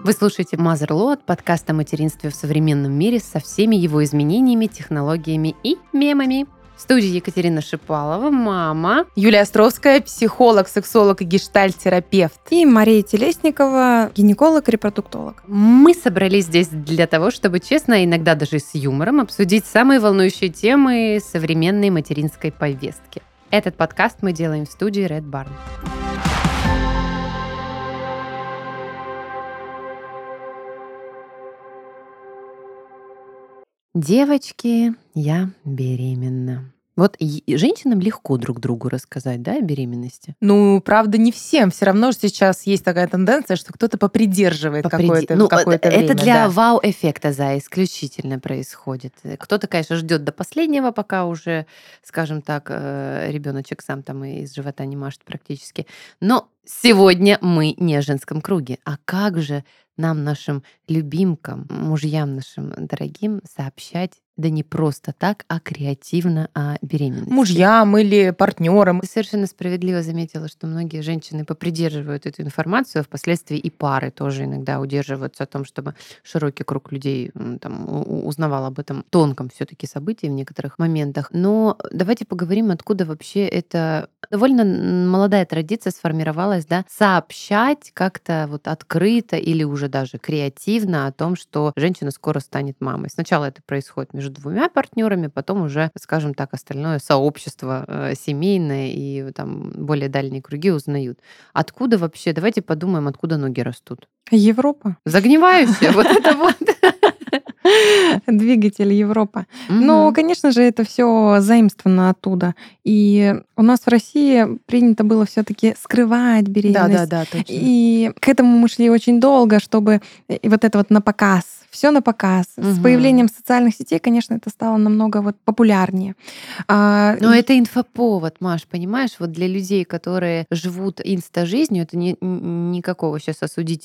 Вы слушаете Motherload, подкаст о материнстве в современном мире со всеми его изменениями, технологиями и мемами. В студии Екатерина Шипалова, мама. Юлия Островская, психолог, сексолог и гештальт-терапевт. И Мария Телесникова, гинеколог, репродуктолог. Мы собрались здесь для того, чтобы честно, иногда даже с юмором, обсудить самые волнующие темы современной материнской повестки. Этот подкаст мы делаем в студии Red Barn. Девочки, я беременна. Вот женщинам легко друг другу рассказать, да, о беременности? Ну, правда, не всем. Все равно же сейчас есть такая тенденция, что кто-то попридерживает какое-то время. Это для вау-эффекта, исключительно происходит. Кто-то, конечно, ждет до последнего, пока уже, скажем так, ребеночек сам там из живота не машет практически. Но сегодня мы не о женском круге. А как же нам, нашим любимкам, мужьям нашим дорогим, сообщать, да не просто так, а креативно о беременности? Мужьям или партнерам. Ты совершенно справедливо заметила, что многие женщины попридерживают эту информацию, а впоследствии и пары тоже иногда удерживаются о том, чтобы широкий круг людей там, узнавал об этом тонком все-таки событии в некоторых моментах. Но давайте поговорим, откуда вообще эта довольно молодая традиция сформировалась, да, сообщать как-то вот открыто или уже даже креативно о том, что женщина скоро станет мамой. Сначала это происходит между двумя партнерами, потом уже, скажем так, остальное сообщество семейное и там более дальние круги узнают. Откуда вообще? Давайте подумаем, откуда ноги растут. Европа. Загнивающая, вот это вот. Двигатель Европа. Но, конечно же, это все заимствовано оттуда. И у нас в России принято было все-таки скрывать беременность. Да, точно. И к этому мы шли очень долго, чтобы и вот это вот на показ, все на показ. С появлением социальных сетей, конечно, это стало намного вот популярнее. Но это инфоповод, Маш, понимаешь? Вот для людей, которые живут инста-жизнью, это никакого сейчас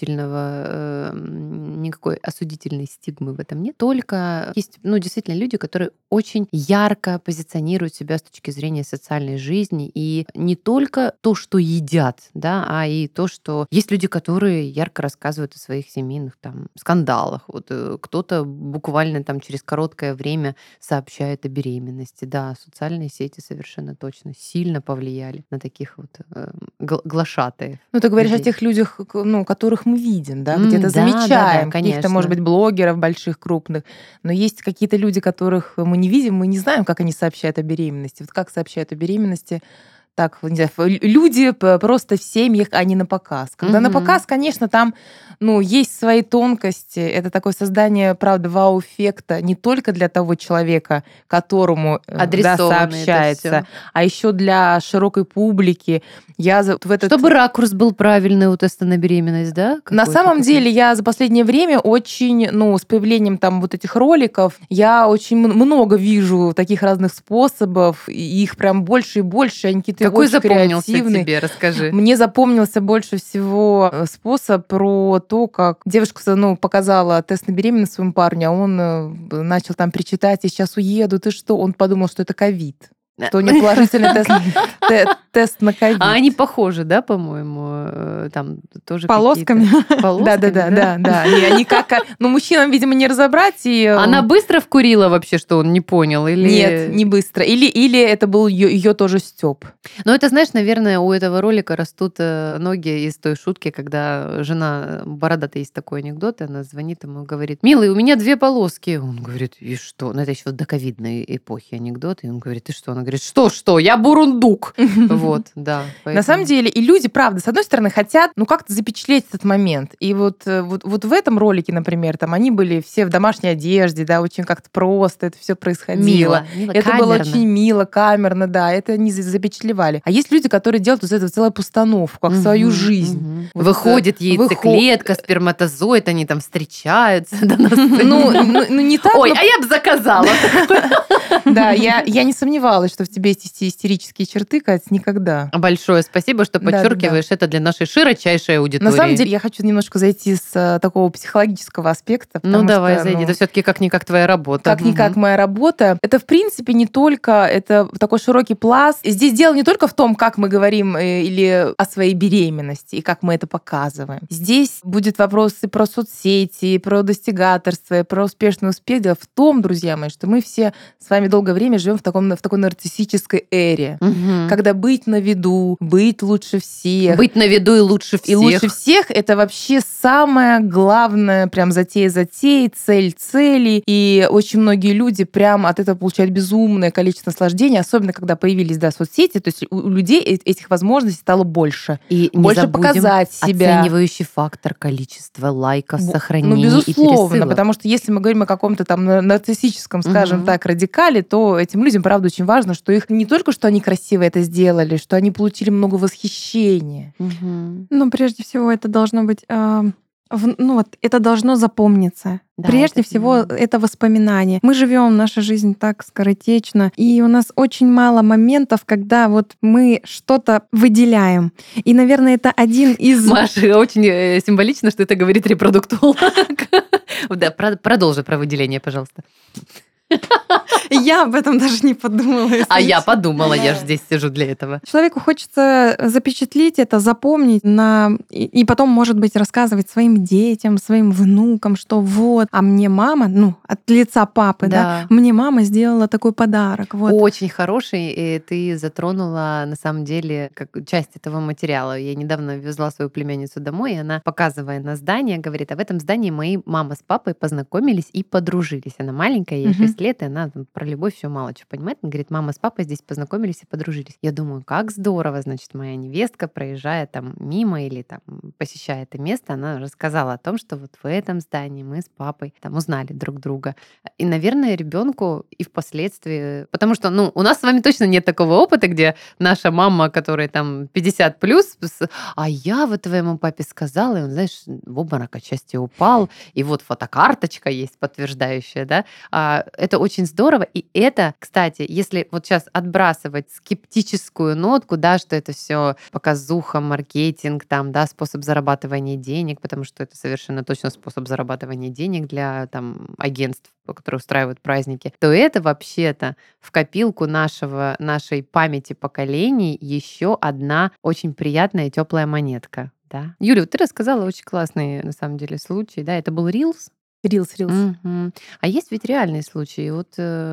никакой осудительной стигмы в этом нет. Только есть, действительно, люди, которые очень ярко позиционируют себя с точки зрения социальной жизни. И не только то, что едят, да, а и то, что... Есть люди, которые ярко рассказывают о своих семейных там скандалах. Вот кто-то буквально там через короткое время сообщает о беременности. Да, социальные сети совершенно точно сильно повлияли на таких вот глашатаев. Ну, ты говоришь о тех людях, которых мы видим, да, где-то замечаем, каких-то, может быть, блогеров больших, крупных. Но есть какие-то люди, которых мы не видим, мы не знаем, как они сообщают о беременности. Вот как сообщают о беременности так, не знаю, люди просто в семьях, а не на показ. Когда на показ, конечно, там есть свои тонкости. Это такое создание, правда, вау-эффекта не только для того человека, которому сообщается, а еще для широкой публики. Чтобы ракурс был правильный у теста на беременность, да? На самом деле, я за последнее время очень, с появлением там вот этих роликов, я очень много вижу таких разных способов, и их прям больше и больше, они какие-то какой очень запомнился креативные. Тебе? Расскажи. Мне запомнился больше всего способ про то, как девушка показала тест на беременность своему парню, а он начал там причитать: «Я сейчас уеду, ты что?» Он подумал, что это ковид. Что у него положительный тест на ковид. А они похожи, да, по-моему? Там тоже полосками. Да. Они как... мужчинам, видимо, не разобрать. Она быстро вкурила вообще, что он не понял? Или... Нет, не быстро. Или это был ее тоже стёб. Ну, это, знаешь, наверное, у этого ролика растут ноги из той шутки, когда жена бородатая, есть такой анекдот, и она звонит ему и говорит: «Милый, у меня 2 полоски». Он говорит: «И что?» Это еще до ковидной эпохи анекдот. И он говорит: «И что?» Она говорит: что? Я бурундук. Вот, да. На самом деле, и люди, правда, с одной стороны, хотят, как-то запечатлеть этот момент. И вот в этом ролике, например, там они были все в домашней одежде, да, очень как-то просто это все происходило. Мило, это камерно. было очень мило, камерно, да, это они запечатлевали. А есть люди, которые делают из этого целую постановку, как свою жизнь. Вот выходит яйцеклетка, сперматозоид, они там встречаются. Не так. Ой, а я бы заказала. Да, я не сомневалась, что в тебе есть истерические черты, Кать, никогда. Большое спасибо, что подчеркиваешь это для нашей широчайшей аудитории. На самом деле, я хочу немножко зайти с такого психологического аспекта. Ну, давай, зайди. Это все-таки как-никак твоя работа. Как-никак моя работа. Это, в принципе, не только... Это такой широкий пласт. Здесь дело не только в том, как мы говорим или о своей беременности, и как мы это показываем. Здесь будет вопрос и про соцсети, и про достигаторство, и про успешный успех. Дело в том, друзья мои, что мы все с вами долгое время живем в такой нарциссической эре, когда быть на виду, быть лучше всех. Быть на виду и лучше всех. И лучше всех — это вообще самое главное, прям затея затеи, цель цели. И очень многие люди прям от этого получают безумное количество наслаждения, особенно когда появились соцсети, то есть у людей этих возможностей стало больше. И больше показать себя. Оценивающий фактор количества лайков, сохранений безусловно, и пересылок. Потому что если мы говорим о каком-то там нарциссическом, скажем так, радикале, то этим людям, правда, очень важно, что их не только, что они красиво это сделали, что они получили много восхищения. Ну, прежде всего, это должно быть... это должно запомниться. Да, прежде всего, это воспоминание. Мы живем, наша жизнь так скоротечна, и у нас очень мало моментов, когда вот мы что-то выделяем. И, наверное, это один из... Маша, очень символично, что это говорит репродуктолог. Да, продолжи про выделение, пожалуйста. Я об этом даже не подумала. А я подумала, я же здесь сижу для этого. Человеку хочется запечатлеть это, запомнить, и потом, может быть, рассказывать своим детям, своим внукам, что вот, а мне мама, от лица папы, да, мне мама сделала такой подарок. Вот. Очень хороший, и ты затронула, на самом деле, как часть этого материала. Я недавно везла свою племянницу домой, и она, показывая на здание, говорит, а в этом здании мои мама с папой познакомились и подружились. Она маленькая, ей 6 лет, и она про любовь все мало что понимает. Она говорит, мама с папой здесь познакомились и подружились. Я думаю, как здорово, значит, моя невестка, проезжая там мимо или там посещая это место, она рассказала о том, что вот в этом здании мы с папой там узнали друг друга. И, наверное, ребенку и впоследствии, потому что, у нас с вами точно нет такого опыта, где наша мама, которая там 50+, а я вот твоему папе сказала, и он, знаешь, в обморок отчасти упал, и вот фотокарточка есть подтверждающая, да, это очень здорово, и это, кстати, если вот сейчас отбрасывать скептическую нотку, да, что это все показуха, маркетинг, там, да, способ зарабатывания денег, потому что это совершенно точно способ зарабатывания денег для там агентств, которые устраивают праздники, то это вообще-то в копилку нашей памяти поколений еще одна очень приятная и теплая монетка. Да? Юля, ты рассказала очень классный, на самом деле, случай. Да? Это был Reels? Reels. А есть ведь реальные случаи. Вот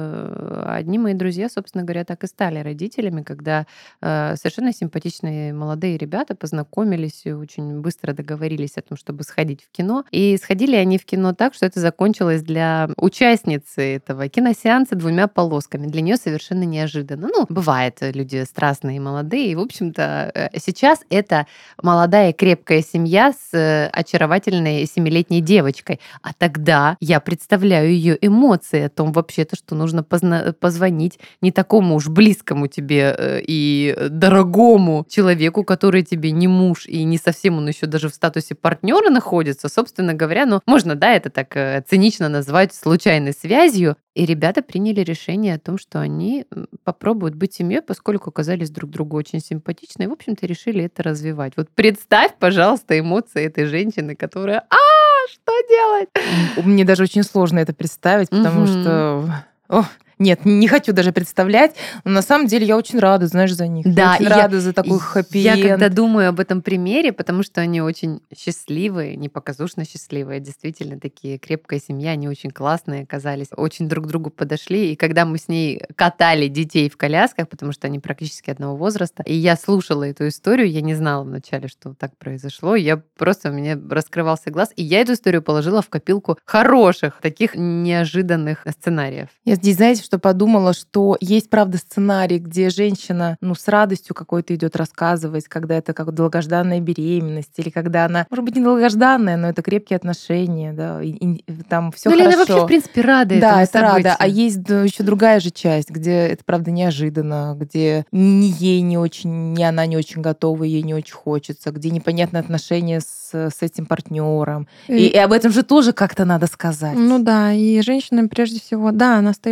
одни мои друзья, собственно говоря, так и стали родителями, когда совершенно симпатичные молодые ребята познакомились и очень быстро договорились о том, чтобы сходить в кино. И сходили они в кино так, что это закончилось для участницы этого киносеанса 2 полосками. Для нее совершенно неожиданно. Бывает, люди страстные и молодые. И, в общем-то, сейчас это молодая крепкая семья с очаровательной 7-летней девочкой. А тогда я представляю ее эмоции о том вообще-то, что нужно позвонить не такому уж близкому тебе и дорогому человеку, который тебе не муж, и не совсем он еще даже в статусе партнера находится. Собственно говоря, можно, да, это так цинично назвать случайной связью. И ребята приняли решение о том, что они попробуют быть семьей, поскольку оказались друг другу очень симпатичны, и, в общем-то, решили это развивать. Вот представь, пожалуйста, эмоции этой женщины, которая что делать? Мне даже очень сложно это представить, потому что... Нет, не хочу даже представлять. Но на самом деле я очень рада, знаешь, за них. Да, я очень рада за такой хэппи-энд. Я когда думаю об этом примере, потому что они очень счастливые, не показушно счастливые, действительно такие крепкая семья, они очень классные оказались, очень друг к другу подошли. И когда мы с ней катали детей в колясках, потому что они практически одного возраста, и я слушала эту историю, я не знала вначале, что так произошло, у меня раскрывался глаз, и я эту историю положила в копилку хороших, таких неожиданных сценариев. Я здесь, знаете, что подумала, что есть, правда, сценарий, где женщина, с радостью какой-то идет рассказывать, когда это как долгожданная беременность, или когда она, может быть, не долгожданная, но это крепкие отношения, да, и там все хорошо. Или она вообще, в принципе, рада этому Да, это событию. рада. А есть еще другая же часть, где это, правда, неожиданно, где ни ей не очень, ни она не очень готова, ей не очень хочется, где непонятные отношения с этим партнером. И об этом же тоже как-то надо сказать. Да, и женщина, прежде всего, да, она остается с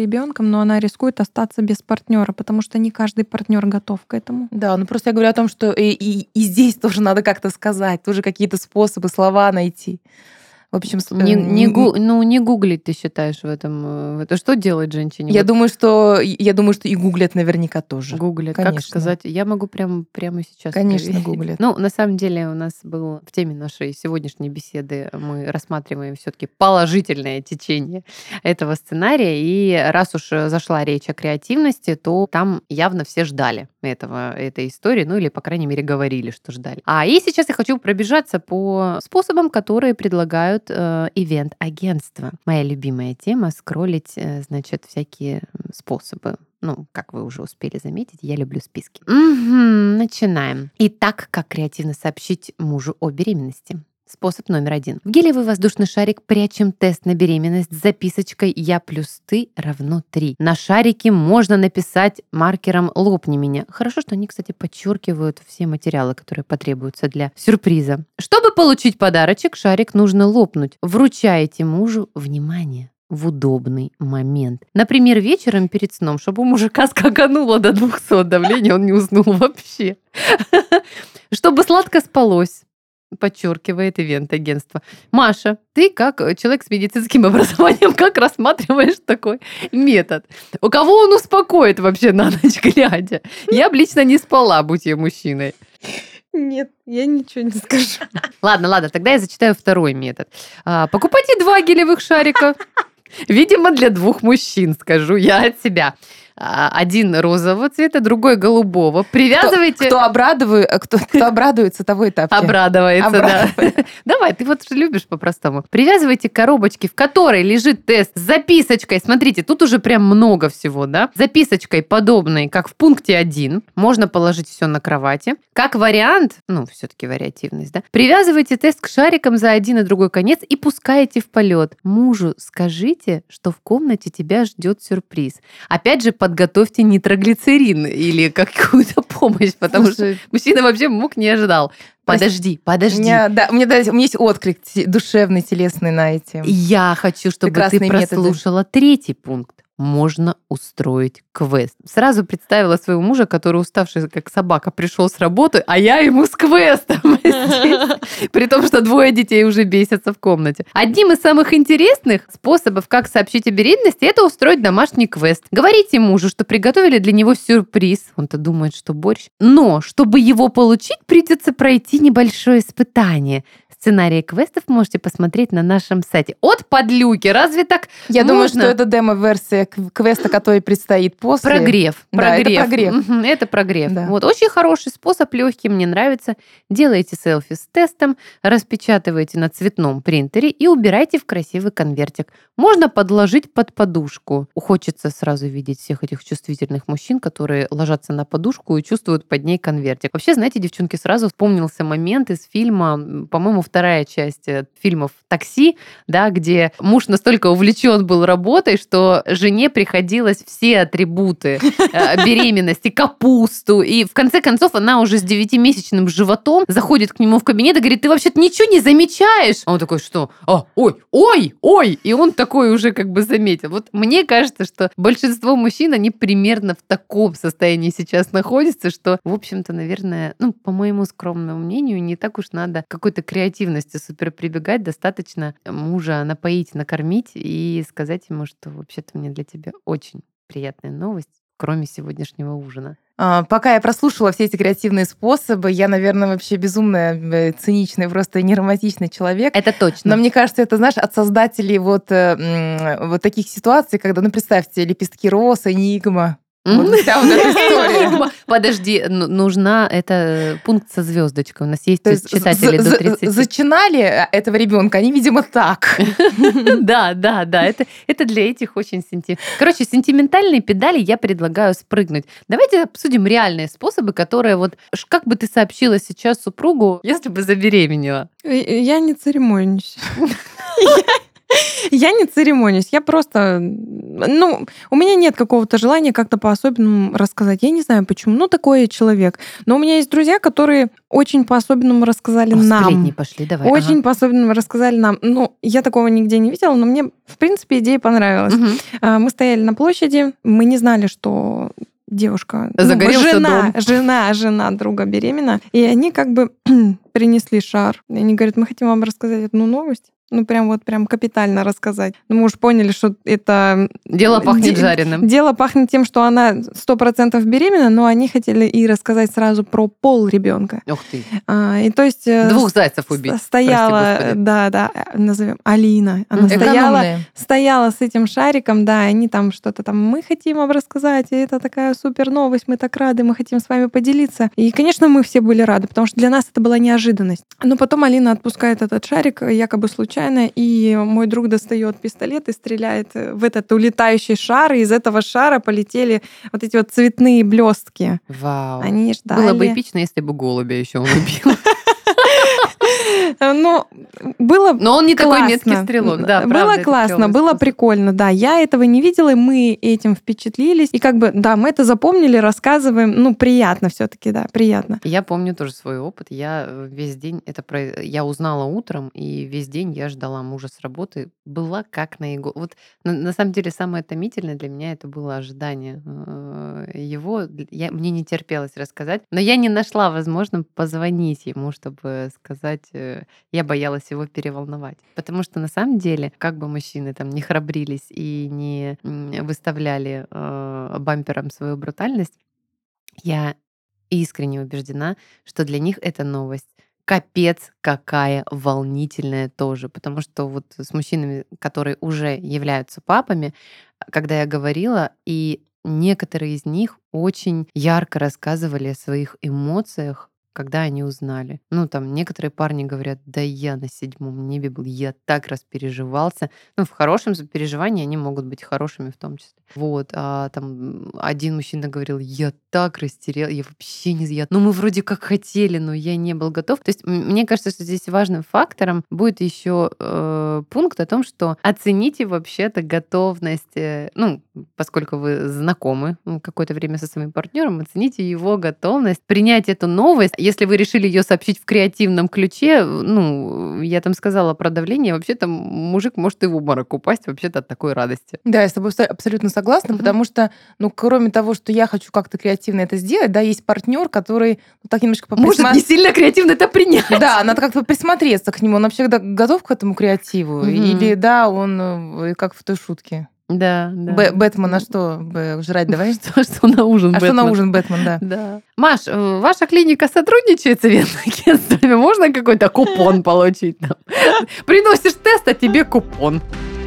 ребенком, но она рискует остаться без партнера, потому что не каждый партнер готов к этому. Да, ну просто я говорю о том, что и здесь тоже надо как-то сказать, тоже какие-то способы, слова найти. В общем, не гуглить, ты считаешь, в этом? Что делать женщине? Я думаю, что и гуглят наверняка тоже. Гуглят. Конечно. Как сказать? Я могу прямо сейчас. Конечно, гуглят. Ну, на самом деле, у нас был в теме нашей сегодняшней беседы, мы рассматриваем все-таки положительное течение этого сценария. И раз уж зашла речь о креативности, то там явно все ждали этой истории, ну или, по крайней мере, говорили, что ждали. И сейчас я хочу пробежаться по способам, которые предлагают ивент-агентства. Моя любимая тема — скроллить, значит, всякие способы. Ну, как вы уже успели заметить, я люблю списки. Начинаем. Итак, как креативно сообщить мужу о беременности? Способ номер 1. В гелевый воздушный шарик прячем тест на беременность с записочкой «Я плюс ты равно 3». На шарике можно написать маркером «Лопни меня». Хорошо, что они, кстати, подчеркивают все материалы, которые потребуются для сюрприза. Чтобы получить подарочек, шарик нужно лопнуть. Вручаете мужу внимание в удобный момент. Например, вечером перед сном, чтобы у мужика скакануло до 200 давления, он не уснул вообще. Чтобы сладко спалось. Подчеркивает ивент-агентство. Маша, ты как человек с медицинским образованием, как рассматриваешь такой метод? У кого он успокоит вообще на ночь глядя? Я бы лично не спала, будь я мужчиной. Нет, я ничего не скажу. Ладно, тогда я зачитаю второй метод. Покупайте 2 гелевых шарика. Видимо, для 2 мужчин, скажу я от себя. Один розового цвета, другой голубого. Привязывайте... Кто обрадуется, того и тапки. Обрадуется, да. Давай, ты вот любишь по-простому. Привязывайте коробочки, в которой лежит тест с записочкой. Смотрите, тут уже прям много всего, да? Записочкой подобной, как в пункте 1. Можно положить все на кровати. Как вариант, все-таки вариативность, да? Привязывайте тест к шарикам за один и другой конец и пускаете в полет. Мужу скажите, что в комнате тебя ждет сюрприз. Опять же, подготовьте нитроглицерин или какую-то помощь, потому что мужчина вообще мог не ожидал. Подожди. У меня есть отклик душевный, телесный на эти Я хочу, чтобы ты прослушала 3-й пункт. Можно устроить квест. Сразу представила своего мужа, который уставший, как собака, пришел с работы, а я ему с квестом здесь. При том, что 2 детей уже бесятся в комнате. Одним из самых интересных способов, как сообщить о беременности, это устроить домашний квест. Говорите мужу, что приготовили для него сюрприз. Он-то думает, что борщ. Но, чтобы его получить, придется пройти небольшое испытание. Сценарии квестов можете посмотреть на нашем сайте. От подлюки. Разве так Я думаю, что это демо-версия квеста, который предстоит после. Прогрев. Да, это прогрев. Это прогрев. Да. Вот. Очень хороший способ, легкий, мне нравится. Делайте селфи с тестом, распечатывайте на цветном принтере и убирайте в красивый конвертик. Можно подложить под подушку. Хочется сразу видеть всех этих чувствительных мужчин, которые ложатся на подушку и чувствуют под ней конвертик. Вообще, знаете, девчонки, сразу вспомнился момент из фильма, по-моему, 2-я часть фильмов «Такси», да, где муж настолько увлечен был работой, что жене приходилось все атрибуты беременности, капусту. И в конце концов она уже с 9-месячным животом заходит к нему в кабинет и говорит: ты вообще-то ничего не замечаешь? А он такой: что? Ой! И он такой уже как бы заметил. Вот мне кажется, что большинство мужчин, они примерно в таком состоянии сейчас находятся, что, в общем-то, наверное, по моему скромному мнению, не так уж надо какой-то креативности супер прибегать. Достаточно мужа напоить, накормить и сказать ему, что вообще-то у меня для тебя очень приятная новость, кроме сегодняшнего ужина. Пока я прослушала все эти креативные способы, я, наверное, вообще безумно циничный, просто неромантичный человек. Это точно. Но мне кажется, это, знаешь, от создателей вот таких ситуаций, когда, представьте, лепестки роз, энигма. Вот вся вот эта история. Подожди, нужна это пункт со звездочкой. У нас есть читатели до 30. Зачинали этого ребенка, они, видимо, так. Да. Это для этих очень сентиментальных. Короче, сентиментальные педали я предлагаю спрыгнуть. Давайте обсудим реальные способы, которые вот... Как бы ты сообщила сейчас супругу, если бы забеременела? Я не церемонюсь. Я не церемонюсь, я просто... у меня нет какого-то желания как-то по-особенному рассказать. Я не знаю, почему. Такой я человек. Но у меня есть друзья, которые очень по-особенному рассказали нам. Сплетни пошли, давай. Очень по-особенному рассказали нам. Я такого нигде не видела, но мне, в принципе, идея понравилась. Мы стояли на площади, мы не знали, что... девушка, жена друга беременна, и они как бы принесли шар. И они говорят, мы хотим вам рассказать одну новость. Прям капитально рассказать. Мы уж поняли, что это... Дело пахнет жареным. Дело пахнет тем, что она 100% беременна, но они хотели и рассказать сразу про пол ребенка. Ух ты. И то есть... 2 зайцев убить. Стояла, назовем Алина. Она стояла с этим шариком, и они там что-то там, мы хотим вам рассказать, и это такая супер новость, мы так рады, мы хотим с вами поделиться. И, конечно, мы все были рады, потому что для нас это была неожиданность. Но потом Алина отпускает этот шарик, якобы случайно, и мой друг достает пистолет и стреляет в этот улетающий шар, и из этого шара полетели вот эти вот цветные блестки. Вау. Они ждали. Было бы эпично, если бы голубя еще он убил. Было Но он не классно. Такой меткий стрелок. Да, было классно, было прикольно. Да, я этого не видела, и мы этим впечатлились. И мы это запомнили, рассказываем. Приятно все-таки, да, приятно. Я помню тоже свой опыт. Я весь день я узнала утром, и весь день я ждала мужа с работы. Была как на иголке. Вот на самом деле самое томительное для меня это было ожидание его. Мне не терпелось рассказать, но я не нашла возможным позвонить ему, чтобы сказать. Я боялась его переволновать. Потому что на самом деле, как бы мужчины там не храбрились и не выставляли бампером свою брутальность, я искренне убеждена, что для них это новость. Капец, какая волнительная тоже. Потому что вот с мужчинами, которые уже являются папами, когда я говорила, и некоторые из них очень ярко рассказывали о своих эмоциях, когда они узнали. Некоторые парни говорят, да я на 7-м небе был, я так распереживался. В хорошем сопереживании они могут быть хорошими в том числе. А один мужчина говорил, я так растерял, я вообще не... мы вроде как хотели, но я не был готов. То есть мне кажется, что здесь важным фактором будет еще пункт о том, что оцените вообще-то готовность, поскольку вы знакомы какое-то время со своим партнером, оцените его готовность принять эту новость. Если вы решили ее сообщить в креативном ключе, я там сказала про давление, вообще-то мужик может и в обморок упасть вообще-то от такой радости. Да, я с тобой абсолютно согласна, потому что, кроме того, что я хочу как-то креативно это сделать, да, есть партнер, который так немножко может не сильно креативно это принять. Да, надо как-то присмотреться к нему. Он вообще готов к этому креативу? Или, да, он как в той шутке? Да. Бэтмена что жрать давай? Что на ужин Бэтмен? Что на ужин Бэтмен, да. Маш, ваша клиника сотрудничает с ивент-агентствами? Можно какой-то купон получить? Приносишь тест, а тебе купон.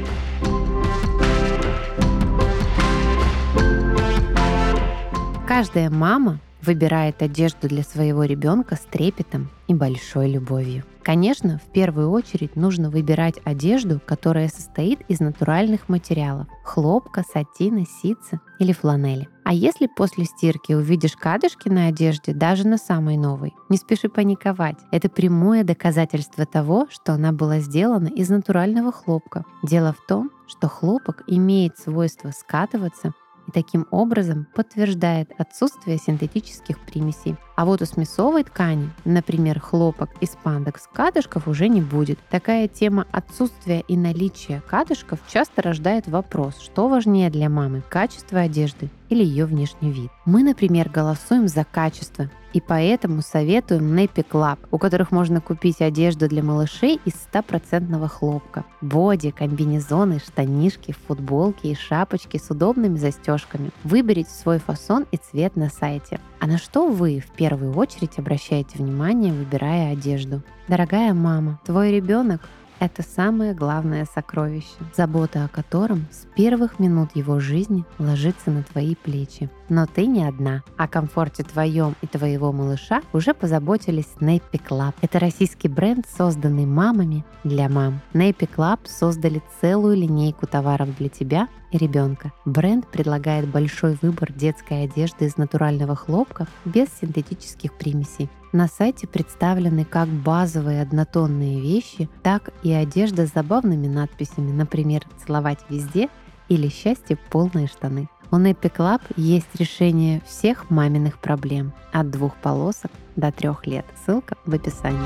Каждая мама выбирает одежду для своего ребенка с трепетом и большой любовью. Конечно, в первую очередь нужно выбирать одежду, которая состоит из натуральных материалов – хлопка, сатина, ситца или фланели. А если после стирки увидишь кадышки на одежде, даже на самой новой, не спеши паниковать. Это прямое доказательство того, что она была сделана из натурального хлопка. Дело в том, что хлопок имеет свойство скатываться и таким образом подтверждает отсутствие синтетических примесей. А вот у смесовой ткани, например, хлопок и спандекс, кадышков уже не будет. Такая тема отсутствия и наличия кадышков часто рождает вопрос, что важнее для мамы – качество одежды или ее внешний вид. Мы, например, голосуем за качество, и поэтому советуем Nappy Club, у которых можно купить одежду для малышей из 100% хлопка. Боди, комбинезоны, штанишки, футболки и шапочки с удобными застежками. Выберите свой фасон и цвет на сайте. А на что вы в первую очередь обращаете внимание, выбирая одежду? Дорогая мама, твой ребенок – это самое главное сокровище, забота о котором с первых минут его жизни ложится на твои плечи. Но ты не одна. О комфорте твоем и твоего малыша уже позаботились Nappy Club. Это российский бренд, созданный мамами для мам. Nappy Club создали целую линейку товаров для тебя и ребенка. Бренд предлагает большой выбор детской одежды из натурального хлопка без синтетических примесей. На сайте представлены как базовые однотонные вещи, так и одежда с забавными надписями, например, «Целовать везде» или «Счастье полные штаны». У Nappy Club есть решение всех маминых проблем от 2 полосок до 3 лет. Ссылка в описании.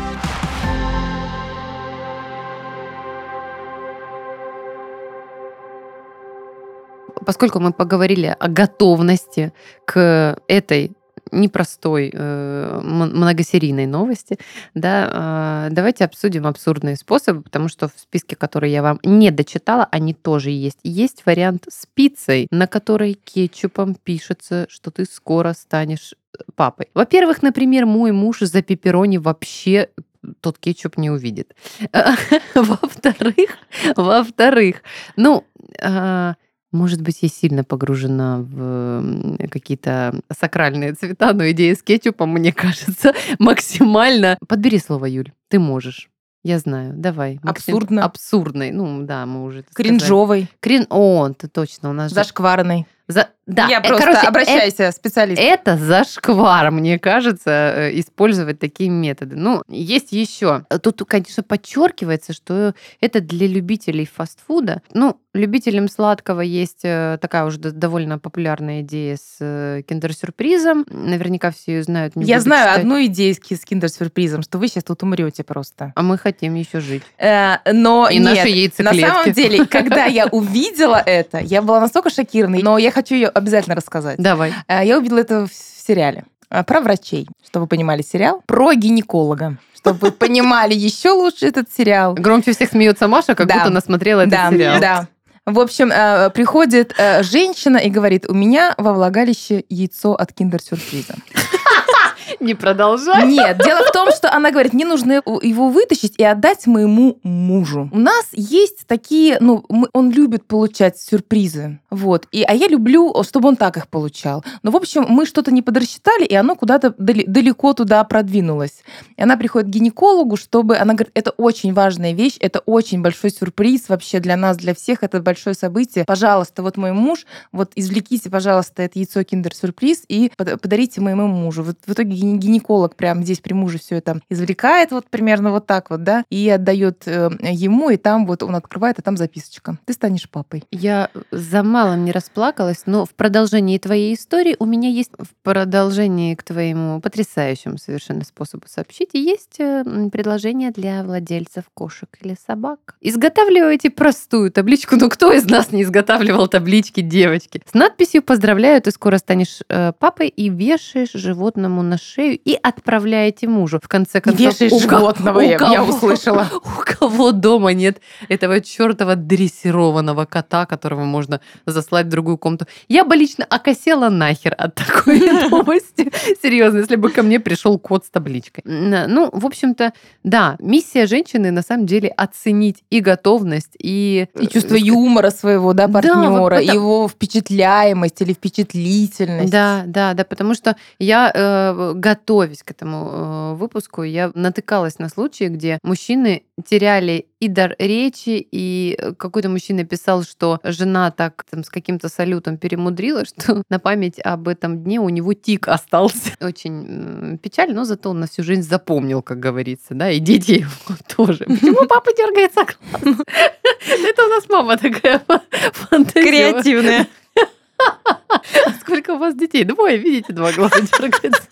Поскольку мы поговорили о готовности к этой непростой многосерийной новости, да, давайте обсудим абсурдные способы, потому что в списке, который я вам не дочитала, они тоже есть. Есть вариант с пиццей, на которой кетчупом пишется, что ты скоро станешь папой. Во-первых, например, мой муж за пепперони вообще тот кетчуп не увидит. Во-вторых, может быть, я сильно погружена в какие-то сакральные цвета, но идея с кетчупом, мне кажется, максимально... Подбери слово, Юль, ты можешь. Я знаю, давай. Абсурдно. Абсурдный. Мы уже... Кринжовый. Ты точно, у нас же... Зашкварный. Да, я просто обращайся, специалист. Это зашквар, мне кажется, использовать такие методы. Есть еще. Тут, конечно, подчеркивается, что это для любителей фастфуда. Любителям сладкого есть такая уже довольно популярная идея с киндер-сюрпризом. Наверняка все ее знают. Я знаю одну идею с киндер-сюрпризом, что вы сейчас тут умрете просто. А мы хотим еще жить. Но и нет, наши яйцеклетки. На самом деле, когда я увидела это, я была настолько шокирована, но я хочу ее обязательно рассказать. Давай. Я увидела это в сериале про врачей, чтобы вы понимали, сериал про гинеколога. Чтобы вы понимали еще лучше этот сериал. Громче всех смеется Маша, как будто она смотрела этот сериал. Да. В общем, приходит женщина и говорит: у меня во влагалище яйцо от киндер-сюрприза. Не продолжай. Нет, дело в том, что она говорит, мне нужно его вытащить и отдать моему мужу. У нас есть такие, он любит получать сюрпризы, а я люблю, чтобы он так их получал. В общем, мы что-то не подрасчитали, и оно куда-то далеко туда продвинулось. И она приходит к гинекологу, она говорит, это очень важная вещь, это очень большой сюрприз вообще для нас, для всех, это большое событие. Пожалуйста, мой муж, извлеките, пожалуйста, это яйцо киндер-сюрприз и подарите моему мужу. В итоге гинеколог прямо здесь при муже все это извлекает примерно так, да, и отдает ему, и там он открывает, а там записочка. Ты станешь папой. Я за малым не расплакалась, но в продолжении твоей истории у меня есть, в продолжении к твоему потрясающему совершенно способу сообщить, есть предложение для владельцев кошек или собак. Изготавливайте простую табличку. Кто из нас не изготавливал таблички, девочки? С надписью «Поздравляю, ты скоро станешь папой», и вешаешь животному на шею и отправляете мужу. В конце концов, вешаешь животного, я услышала. У кого дома нет этого чертова дрессированного кота, которого можно заслать в другую комнату? Я бы лично окосела нахер от такой новости. Серьезно, если бы ко мне пришел кот с табличкой. В общем-то, да, миссия женщины на самом деле оценить и готовность, и чувство юмора своего, да, партнера, и его впечатляемость или впечатлительность. Да, потому что я, готовясь к этому выпуску, я натыкалась на случаи, где мужчины теряли и дар речи, и какой-то мужчина писал, что жена так с каким-то салютом перемудрила, что на память об этом дне у него тик остался. Очень печально, но зато он на всю жизнь запомнил, как говорится, да, и дети его тоже. Почему папа дергается глаз? Это у нас мама такая фантазия. Креативная. Сколько у вас детей? 2, видите, 2 глаза дергаются.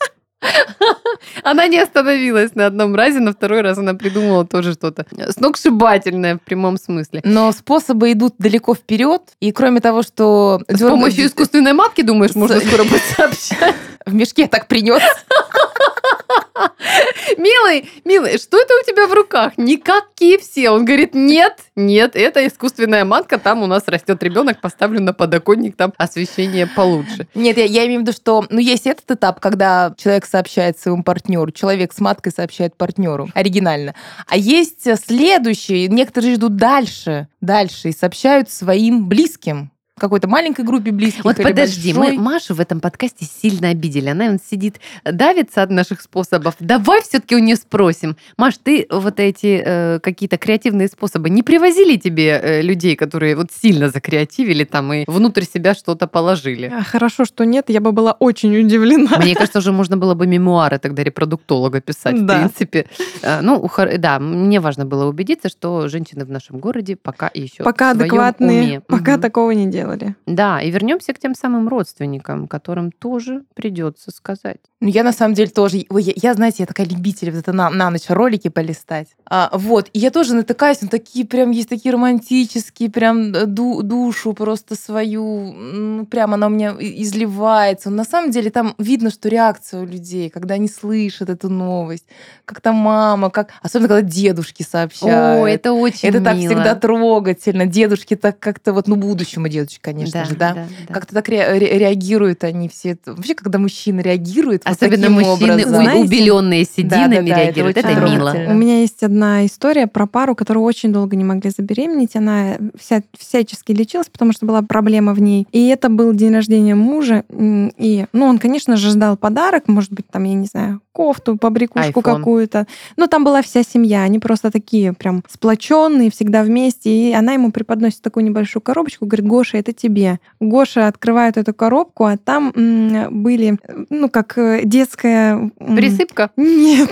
Она не остановилась на одном разе, на второй раз она придумала тоже что-то сногсшибательное в прямом смысле. Но способы идут далеко вперед, и кроме того, что... С помощью искусственной матки, думаешь, можно скоро будет сообщать? В мешке так принес. Милый, что это у тебя в руках? Не как KFC. Он говорит, нет, это искусственная матка, там у нас растет ребенок, поставлю на подоконник, там освещение получше. Нет, я имею в виду, что есть этот этап, когда человек сообщает своему партнеру, человек с маткой сообщает партнеру, оригинально. А есть следующий, некоторые ждут дальше и сообщают своим близким. какой-то маленькой группе близких. Вот подожди, большой. мы Машу в этом подкасте сильно обидели. Она сидит, давится от наших способов. Давай все-таки у нее спросим. Маш, ты вот эти какие-то креативные способы не привозили тебе людей, которые вот сильно закреативили там и внутрь себя что-то положили? Хорошо, что нет, я бы была очень удивлена. Мне кажется, уже можно было бы мемуары тогда репродуктолога писать, в принципе. Да, мне важно было убедиться, что женщины в нашем городе пока еще пока в своем адекватные, уме. пока такого не делали. Да, и вернемся к тем самым родственникам, которым тоже придется сказать. Ну, я на самом деле тоже, знаете, я такая любитель вот это на ночь ролики полистать. Вот, и я тоже натыкаюсь на такие прям, есть такие романтические, прям душу просто свою, прям она у меня изливается. Но на самом деле там видно, что реакция у людей, когда они слышат эту новость, как там мама, особенно когда дедушки сообщают. О, это очень это мило. Так всегда трогательно. Дедушки так как-то вот, будущему дедушки, конечно же, да? Как-то так реагируют они все. Вообще, когда мужчина реагирует, особенно вот таким мужчины, образом, убеленные сединами, реагируют. Это мило. У меня есть одна история про пару, которую очень долго не могли забеременеть. Она всячески лечилась, потому что была проблема в ней. И это был день рождения мужа. И, он, конечно же, ждал подарок, может быть, там, я не знаю, кофту, побрякушку какую-то. Но там была вся семья. Они просто такие прям сплоченные, всегда вместе. И она ему преподносит такую небольшую коробочку, говорит: Гоша, это тебе. Гоша открывает эту коробку, а там были, как детская... Присыпка? Нет,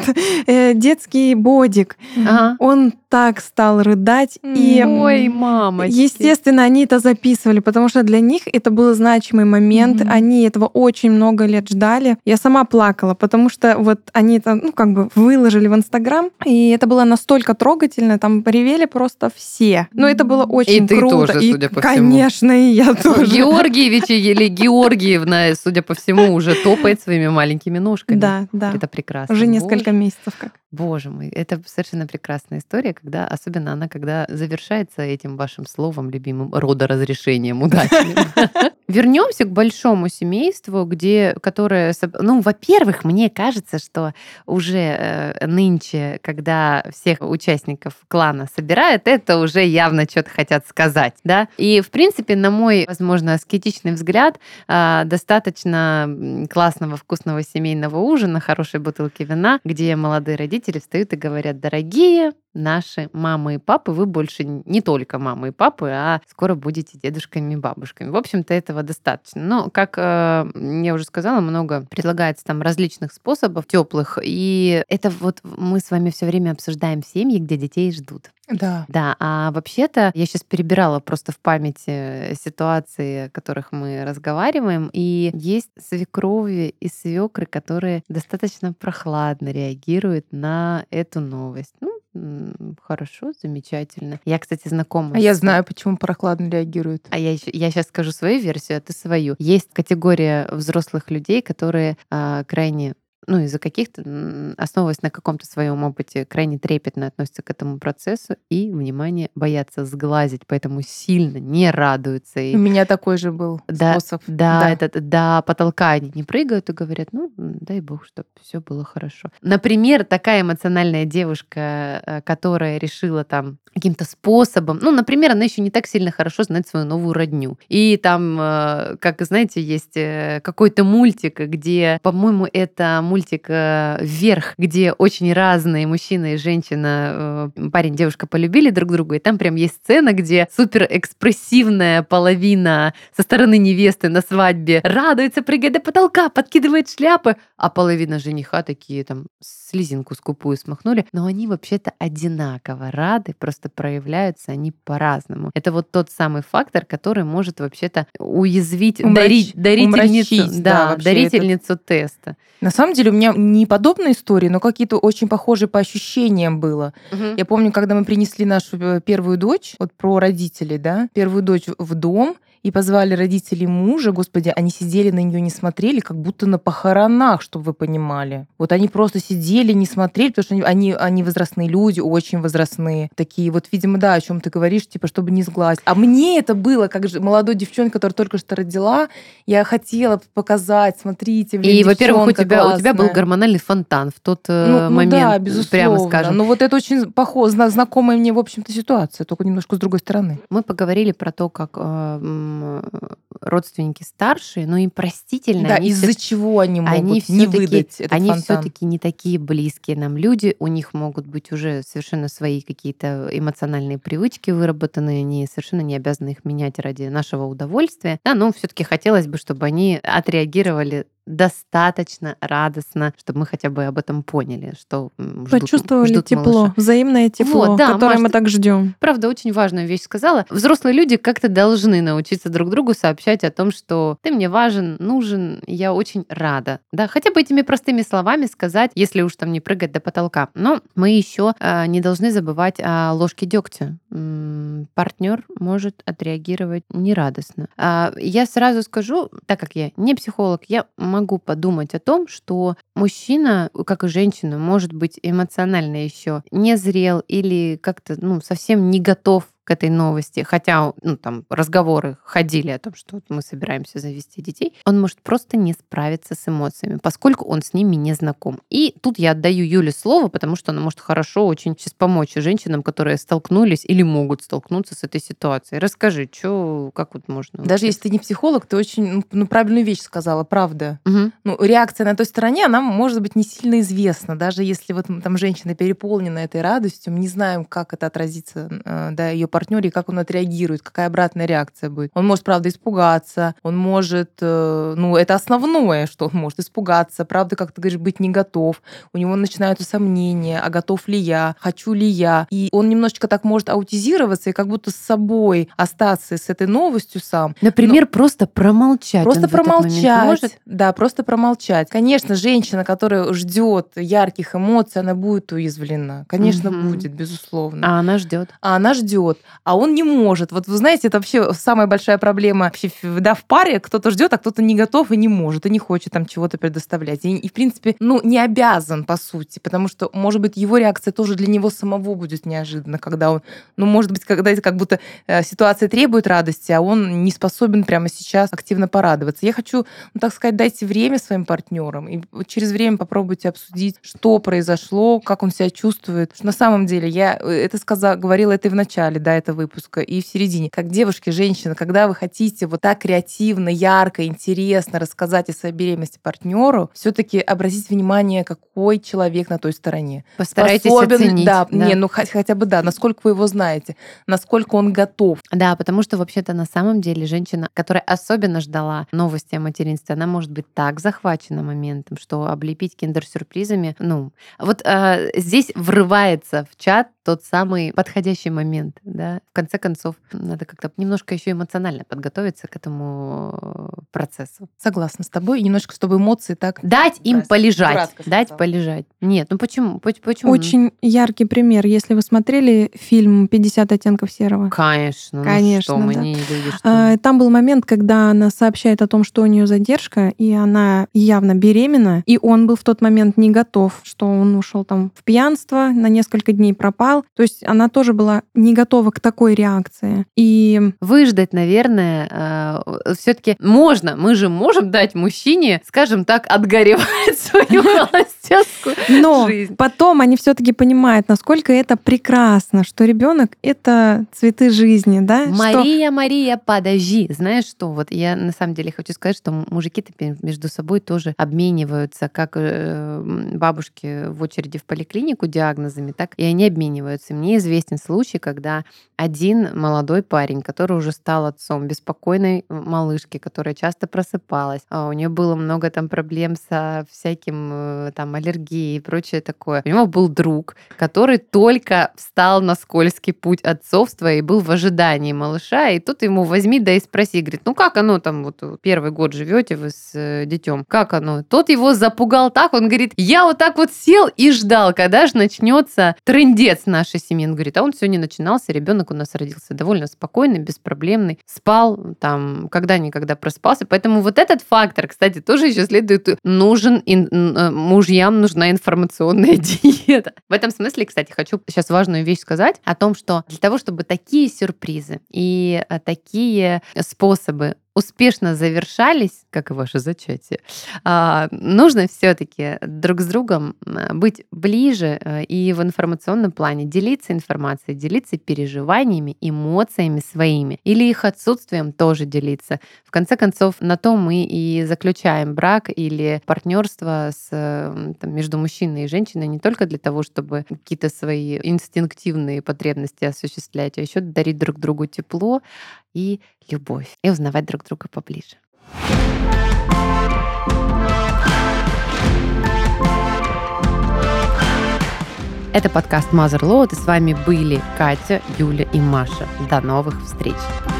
детский бодик. Ага. Он так стал рыдать. И, ой, мамочки. Естественно, они это записывали, потому что для них это был значимый момент. Они этого очень много лет ждали. Я сама плакала, потому что вот они это, выложили в Инстаграм, и это было настолько трогательно, там ревели просто все. Но это было очень круто. И ты тоже, судя по всему. Конечно, и я тоже. Георгиевич или Георгиевна, судя по всему, уже топает своими маленькими ножками. Да. Это прекрасно. Уже несколько месяцев как. Боже мой, это совершенно прекрасная история, особенно она, когда завершается этим вашим словом любимым, родоразрешением удачным. Вернемся к большому семейству, которое... во-первых, мне кажется, что уже нынче, когда всех участников клана собирают, это уже явно что-то хотят сказать, да? И, в принципе, на мой, возможно, аскетичный взгляд, достаточно классного, вкусного семейного ужина, хорошей бутылки вина, где молодые родители встают и говорят: дорогие наши мамы и папы, вы больше не только мамы и папы, а скоро будете дедушками и бабушками. В общем-то, этого достаточно. Но, как я уже сказала, много предлагается там различных способов теплых. И это вот мы с вами все время обсуждаем семьи, где детей ждут. Да. Да, а вообще-то я сейчас перебирала просто в памяти ситуации, о которых мы разговариваем, и есть свекрови и свекры, которые достаточно прохладно реагируют на эту новость. Хорошо, замечательно. Я, кстати, знакома. Я знаю, почему прохладно реагируют. А я сейчас скажу свою версию, а ты свою. Есть категория взрослых людей, которые крайне из-за каких-то, основываясь на каком-то своем опыте, крайне трепетно относятся к этому процессу и, внимание, боятся сглазить, поэтому сильно не радуются. И у меня такой же был способ. Да. До потолка они не прыгают и говорят: дай бог, чтобы все было хорошо. Например, такая эмоциональная девушка, которая решила там каким-то способом, например, она еще не так сильно хорошо знает свою новую родню. И там, как знаете, есть какой-то мультик, где, по-моему, это мультик «Вверх», где очень разные мужчина и женщина, парень и девушка полюбили друг друга, и там прям есть сцена, где суперэкспрессивная половина со стороны невесты на свадьбе радуется, прыгает до потолка, подкидывает шляпы, а половина жениха такие там слезинку скупую смахнули, но они вообще-то одинаково рады, просто проявляются они по-разному. Это вот тот самый фактор, который может вообще-то уязвить дарительницу теста. На самом деле у меня не подобные истории, но какие-то очень похожие по ощущениям было. Я помню, когда мы принесли нашу первую дочь, вот про родителей, да, первую дочь в дом, и позвали родителей мужа, господи, они сидели на нее, не смотрели, как будто на похоронах, чтобы вы понимали. Вот они просто сидели, не смотрели, потому что они возрастные люди, очень возрастные. Такие вот, видимо, да, о чем ты говоришь, типа, чтобы не сглазить. А мне это было, как же молодой девчонке, которая только что родила, я хотела показать, смотрите, и, во-первых, у тебя был гормональный фонтан в тот момент, да, безусловно. Прямо скажем. Ну вот это очень похоже, знакомая мне, в общем-то, ситуация, только немножко с другой стороны. Мы поговорили про то, как там родственники старшие, но им простительно. Да, из-за чего они могут не выдать этот Они фонтан? все-таки не такие близкие нам люди, у них могут быть уже совершенно свои какие-то эмоциональные привычки выработанные, они совершенно не обязаны их менять ради нашего удовольствия. Да, но все-таки хотелось бы, чтобы они отреагировали достаточно радостно, чтобы мы хотя бы об этом поняли, что почувствовали тепло, малыша. взаимное тепло, Вот, да, которое мы так ждем. Правда, очень важную вещь сказала. Взрослые люди как-то должны научиться друг другу сообщать о том, что ты мне важен, нужен, я очень рада. Да, хотя бы этими простыми словами сказать, если уж там не прыгать до потолка. Но мы еще не должны забывать о ложке дегтя. Партнер может отреагировать нерадостно. Я сразу скажу, так как я не психолог, я могу подумать о том, что мужчина, как и женщина, может быть эмоционально еще не зрел или как-то совсем не готов к этой новости, хотя там разговоры ходили о том, что мы собираемся завести детей, он может просто не справиться с эмоциями, поскольку он с ними не знаком. И тут я отдаю Юле слово, потому что она может хорошо очень сейчас помочь женщинам, которые столкнулись или могут столкнуться с этой ситуацией. Расскажи, как вот можно... Даже если ты не психолог, ты очень правильную вещь сказала, правда. Угу. Реакция на той стороне, она может быть не сильно известна. Даже если вот там женщина переполнена этой радостью, мы не знаем, как это отразится, да, ее партнере, как он отреагирует, какая обратная реакция будет. Он может, правда, испугаться, он может, это основное, что он может испугаться, правда, как ты говоришь, быть не готов. У него начинаются сомнения, а готов ли я, хочу ли я. И он немножечко так может аутизироваться и как будто с собой остаться с этой новостью сам. Например, просто промолчать. Просто промолчать. Да, просто промолчать. Конечно, женщина, которая ждет ярких эмоций, она будет уязвлена. Конечно, будет, безусловно. А она ждет. А он не может. Вот вы знаете, это вообще самая большая проблема вообще, да, в паре. Кто-то ждет, а кто-то не готов и не может, и не хочет там чего-то предоставлять. И в принципе, не обязан, по сути, потому что, может быть, его реакция тоже для него самого будет неожиданно, когда он, может быть, когда это как будто ситуация требует радости, а он не способен прямо сейчас активно порадоваться. Я хочу, так сказать, дайте время своим партнерам, и через время попробуйте обсудить, что произошло, как он себя чувствует. Что на самом деле, я это говорила это и в начале, да, этого выпуска, и в середине. Как девушки, женщины, когда вы хотите вот так креативно, ярко, интересно рассказать о своей беременности партнеру, все-таки обратите внимание, какой человек на той стороне. Постарайтесь оценить. Да. Хотя бы, да, насколько вы его знаете, насколько он готов. Да, потому что вообще-то на самом деле женщина, которая особенно ждала новости о материнстве, она может быть так захвачена моментом, что облепить киндер-сюрпризами, здесь врывается в чат тот самый подходящий момент, да. В конце концов, надо как-то немножко еще эмоционально подготовиться к этому процессу. Согласна с тобой. Немножко, чтобы эмоции так... Дать им полежать. Дать полежать. Нет, почему? Очень яркий пример. Если вы смотрели фильм «50 оттенков серого». Конечно. Конечно, мы да. не люди, что... Там был момент, когда она сообщает о том, что у нее задержка, и она явно беременна, и он был в тот момент не готов, что он ушел там в пьянство, на несколько дней пропал. То есть она тоже была не готова к такой реакции. И выждать, наверное, все-таки можно. Мы же можем дать мужчине, скажем так, отгоревать свою холостяцкую жизнь. Но потом они все-таки понимают, насколько это прекрасно, что ребенок это цветы жизни, да? Мария, подожди. Знаешь что? Вот я на самом деле хочу сказать, что мужики-то между собой тоже обмениваются, как бабушки в очереди в поликлинику диагнозами, так и они обмениваются. Мне известен случай, когда один молодой парень, который уже стал отцом беспокойной малышки, которая часто просыпалась, у нее было много там проблем со всяким там аллергией и прочее такое. У него был друг, который только встал на скользкий путь отцовства и был в ожидании малыша, и тут ему возьми да и спроси, говорит, как оно там, вот первый год живете вы с детем, как оно? Тот его запугал так, он говорит, я вот так вот сел и ждал, когда же начнется трындец нашей семьи. Он говорит, а он все не начинался, ребенок у нас родился довольно спокойный, беспроблемный, спал там, когда-никогда проспался. Поэтому вот этот фактор, кстати, тоже еще следует, мужьям нужна информационная диета. В этом смысле, кстати, хочу сейчас важную вещь сказать о том, что для того, чтобы такие сюрпризы и такие способы успешно завершались, как и ваше зачатие, нужно все-таки друг с другом быть ближе и в информационном плане, делиться информацией, делиться переживаниями, эмоциями своими или их отсутствием тоже делиться. В конце концов, на то мы и заключаем брак или партнерство между мужчиной и женщиной не только для того, чтобы какие-то свои инстинктивные потребности осуществлять, а еще дарить друг другу тепло и любовь, и узнавать друг друга поближе. Это подкаст Mother Load, и с вами были Катя, Юля и Маша. До новых встреч!